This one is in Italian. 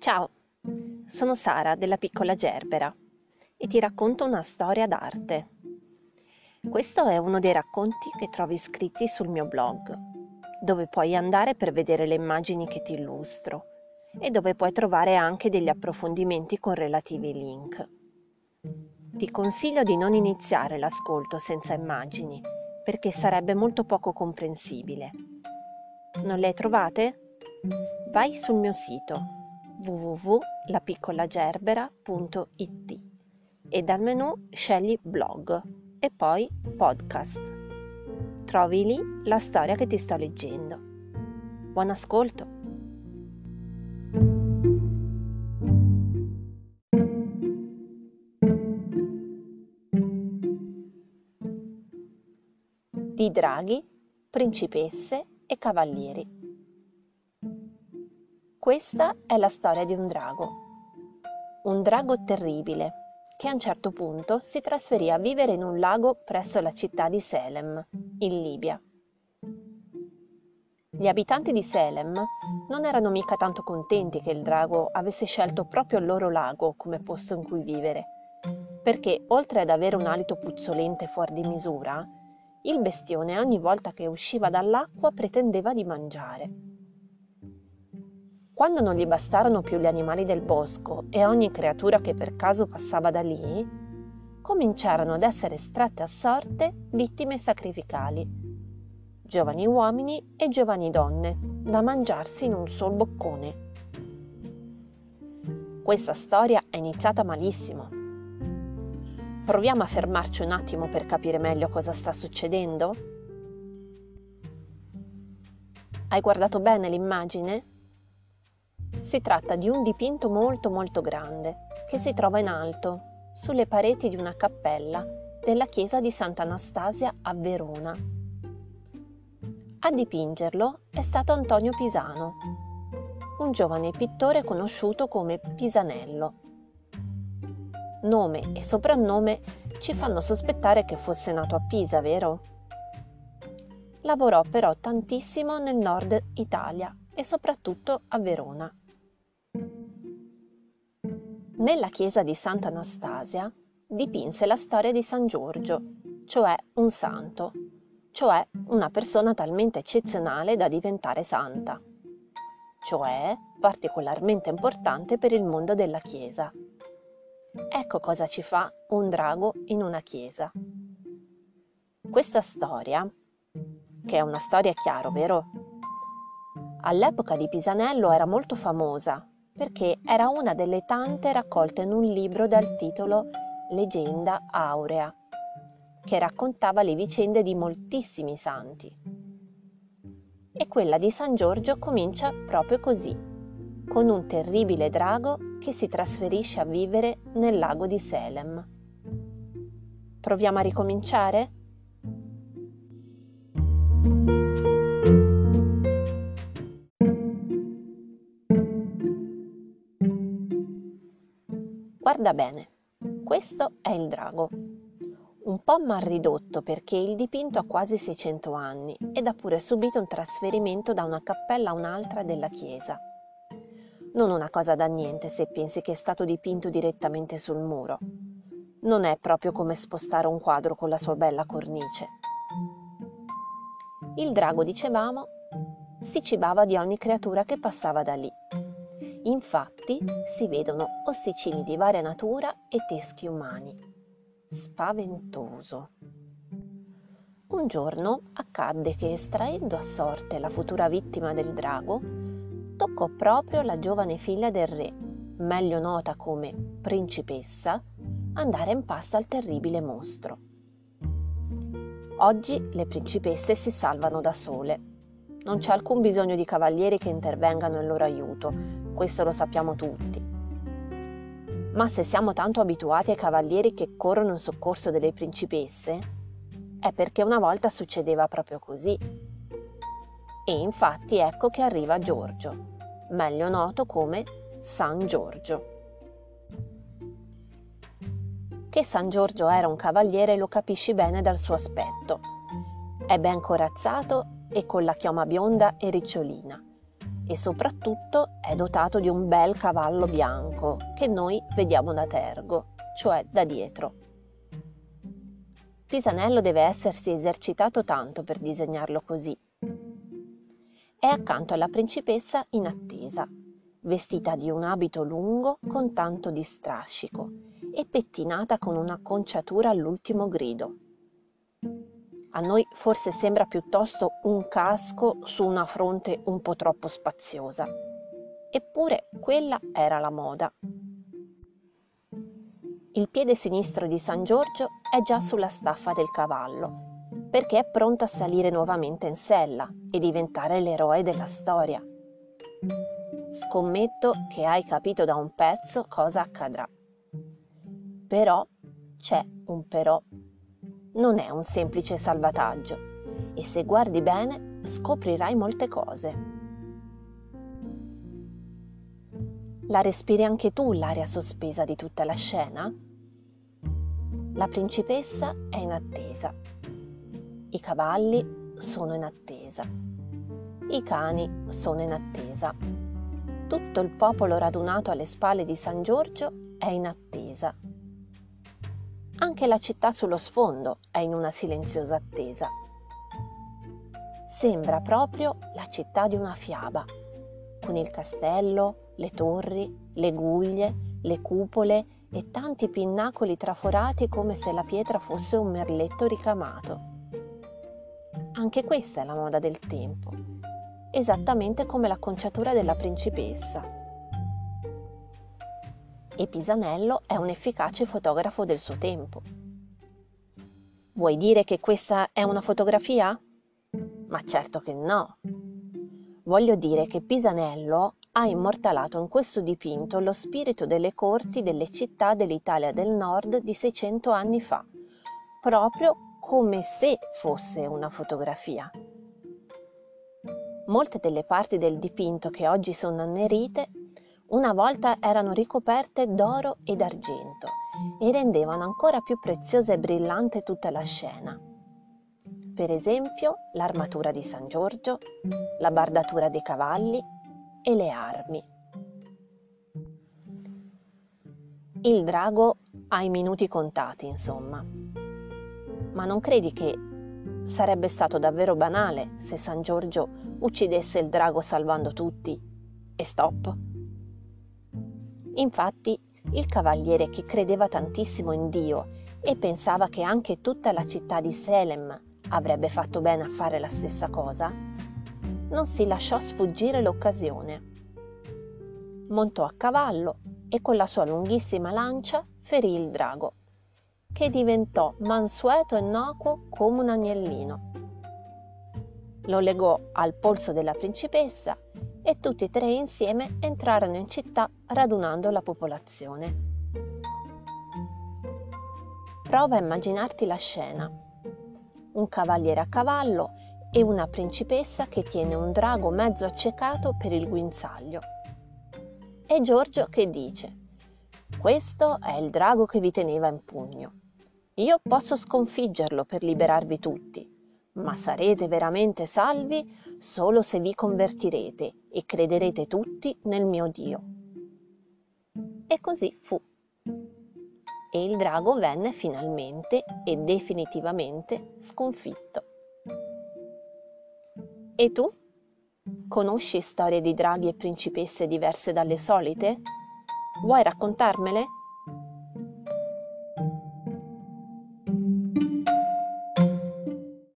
Ciao, sono Sara della Piccola Gerbera e ti racconto una storia d'arte. Questo è uno dei racconti che trovi scritti sul mio blog, dove puoi andare per vedere le immagini che ti illustro e dove puoi trovare anche degli approfondimenti con relativi link. Ti consiglio di non iniziare l'ascolto senza immagini, perché sarebbe molto poco comprensibile. Non le hai trovate? Vai sul mio sito www.lapiccolagerbera.it e dal menu scegli blog e poi podcast. Trovi lì la storia che ti sto leggendo. Buon ascolto! Di draghi, principesse e cavalieri. Questa è la storia di un drago terribile, che a un certo punto si trasferì a vivere in un lago presso la città di Selem, in Libia. Gli abitanti di Selem non erano mica tanto contenti che il drago avesse scelto proprio il loro lago come posto in cui vivere, perché oltre ad avere un alito puzzolente fuori di misura, il bestione ogni volta che usciva dall'acqua pretendeva di mangiare. Quando non gli bastarono più gli animali del bosco e ogni creatura che per caso passava da lì, cominciarono ad essere estratte a sorte vittime sacrificali, giovani uomini e giovani donne, da mangiarsi in un sol boccone. Questa storia è iniziata malissimo. Proviamo a fermarci un attimo per capire meglio cosa sta succedendo? Hai guardato bene l'immagine? Si tratta di un dipinto molto grande che si trova in alto, sulle pareti di una cappella della chiesa di Sant'Anastasia a Verona. A dipingerlo è stato Antonio Pisano, un giovane pittore conosciuto come Pisanello. Nome e soprannome ci fanno sospettare che fosse nato a Pisa, vero? Lavorò però tantissimo nel nord Italia e soprattutto a Verona. Nella chiesa di Sant'Anastasia dipinse la storia di San Giorgio, cioè un santo, cioè una persona talmente eccezionale da diventare santa, cioè particolarmente importante per il mondo della chiesa. Ecco cosa ci fa un drago in una chiesa. Questa storia, che è una storia chiaro, vero? All'epoca di Pisanello era molto famosa perché era una delle tante raccolte in un libro dal titolo Legenda Aurea, che raccontava le vicende di moltissimi santi. E quella di San Giorgio comincia proprio così, con un terribile drago che si trasferisce a vivere nel lago di Selem. Proviamo a ricominciare? Guarda bene, questo è il drago. Un po' mal ridotto perché il dipinto ha quasi 600 anni ed ha pure subito un trasferimento da una cappella a un'altra della chiesa. Non una cosa da niente se pensi che è stato dipinto direttamente sul muro. Non è proprio come spostare un quadro con la sua bella cornice. Il drago, dicevamo, si cibava di ogni creatura che passava da lì. Infatti si vedono ossicini di varia natura e teschi umani. Spaventoso. Un giorno accadde che, estraendo a sorte la futura vittima del drago, toccò proprio la giovane figlia del re, meglio nota come principessa, andare in pasto al terribile mostro. Oggi le principesse si salvano da sole. Non c'è alcun bisogno di cavalieri che intervengano in loro aiuto, questo lo sappiamo tutti. Ma se siamo tanto abituati ai cavalieri che corrono in soccorso delle principesse, è perché una volta succedeva proprio così. E infatti ecco che arriva Giorgio, meglio noto come San Giorgio. Che San Giorgio era un cavaliere lo capisci bene dal suo aspetto. È ben corazzato e con la chioma bionda e ricciolina, e soprattutto è dotato di un bel cavallo bianco che noi vediamo da tergo, cioè da dietro. Pisanello deve essersi esercitato tanto per disegnarlo così. È accanto alla principessa in attesa, vestita di un abito lungo con tanto di strascico e pettinata con un'acconciatura all'ultimo grido. A noi forse sembra piuttosto un casco su una fronte un po' troppo spaziosa. Eppure quella era la moda. Il piede sinistro di San Giorgio è già sulla staffa del cavallo, perché è pronto a salire nuovamente in sella e diventare l'eroe della storia. Scommetto che hai capito da un pezzo cosa accadrà. Però c'è un però. Non è un semplice salvataggio e se guardi bene scoprirai molte cose. La respiri anche tu l'aria sospesa di tutta la scena? La principessa è in attesa. I cavalli sono in attesa. I cani sono in attesa. Tutto il popolo radunato alle spalle di San Giorgio è in attesa. Anche la città sullo sfondo è in una silenziosa attesa. Sembra proprio la città di una fiaba, con il castello, le torri, le guglie, le cupole e tanti pinnacoli traforati come se la pietra fosse un merletto ricamato. Anche questa è la moda del tempo, esattamente come l'acconciatura della principessa. E Pisanello è un efficace fotografo del suo tempo. Vuoi dire che questa è una fotografia? Ma certo che no. Voglio dire che Pisanello ha immortalato in questo dipinto lo spirito delle corti delle città dell'Italia del Nord di 600 anni fa, proprio come se fosse una fotografia. Molte delle parti del dipinto che oggi sono annerite una volta erano ricoperte d'oro e d'argento e rendevano ancora più preziosa e brillante tutta la scena. Per esempio l'armatura di San Giorgio, la bardatura dei cavalli e le armi. Il drago ha i minuti contati, insomma. Ma non credi che sarebbe stato davvero banale se San Giorgio uccidesse il drago salvando tutti e stop? Infatti, il cavaliere che credeva tantissimo in Dio e pensava che anche tutta la città di Selem avrebbe fatto bene a fare la stessa cosa, non si lasciò sfuggire l'occasione. Montò a cavallo e con la sua lunghissima lancia ferì il drago, che diventò mansueto e innocuo come un agnellino. Lo legò al polso della principessa e tutti e tre insieme entrarono in città radunando la popolazione. Prova a immaginarti la scena. Un cavaliere a cavallo e una principessa che tiene un drago mezzo accecato per il guinzaglio. E Giorgio che dice: «Questo è il drago che vi teneva in pugno. Io posso sconfiggerlo per liberarvi tutti, ma sarete veramente salvi solo se vi convertirete e crederete tutti nel mio Dio». E così fu. E il drago venne finalmente e definitivamente sconfitto. E tu? Conosci storie di draghi e principesse diverse dalle solite? Vuoi raccontarmele?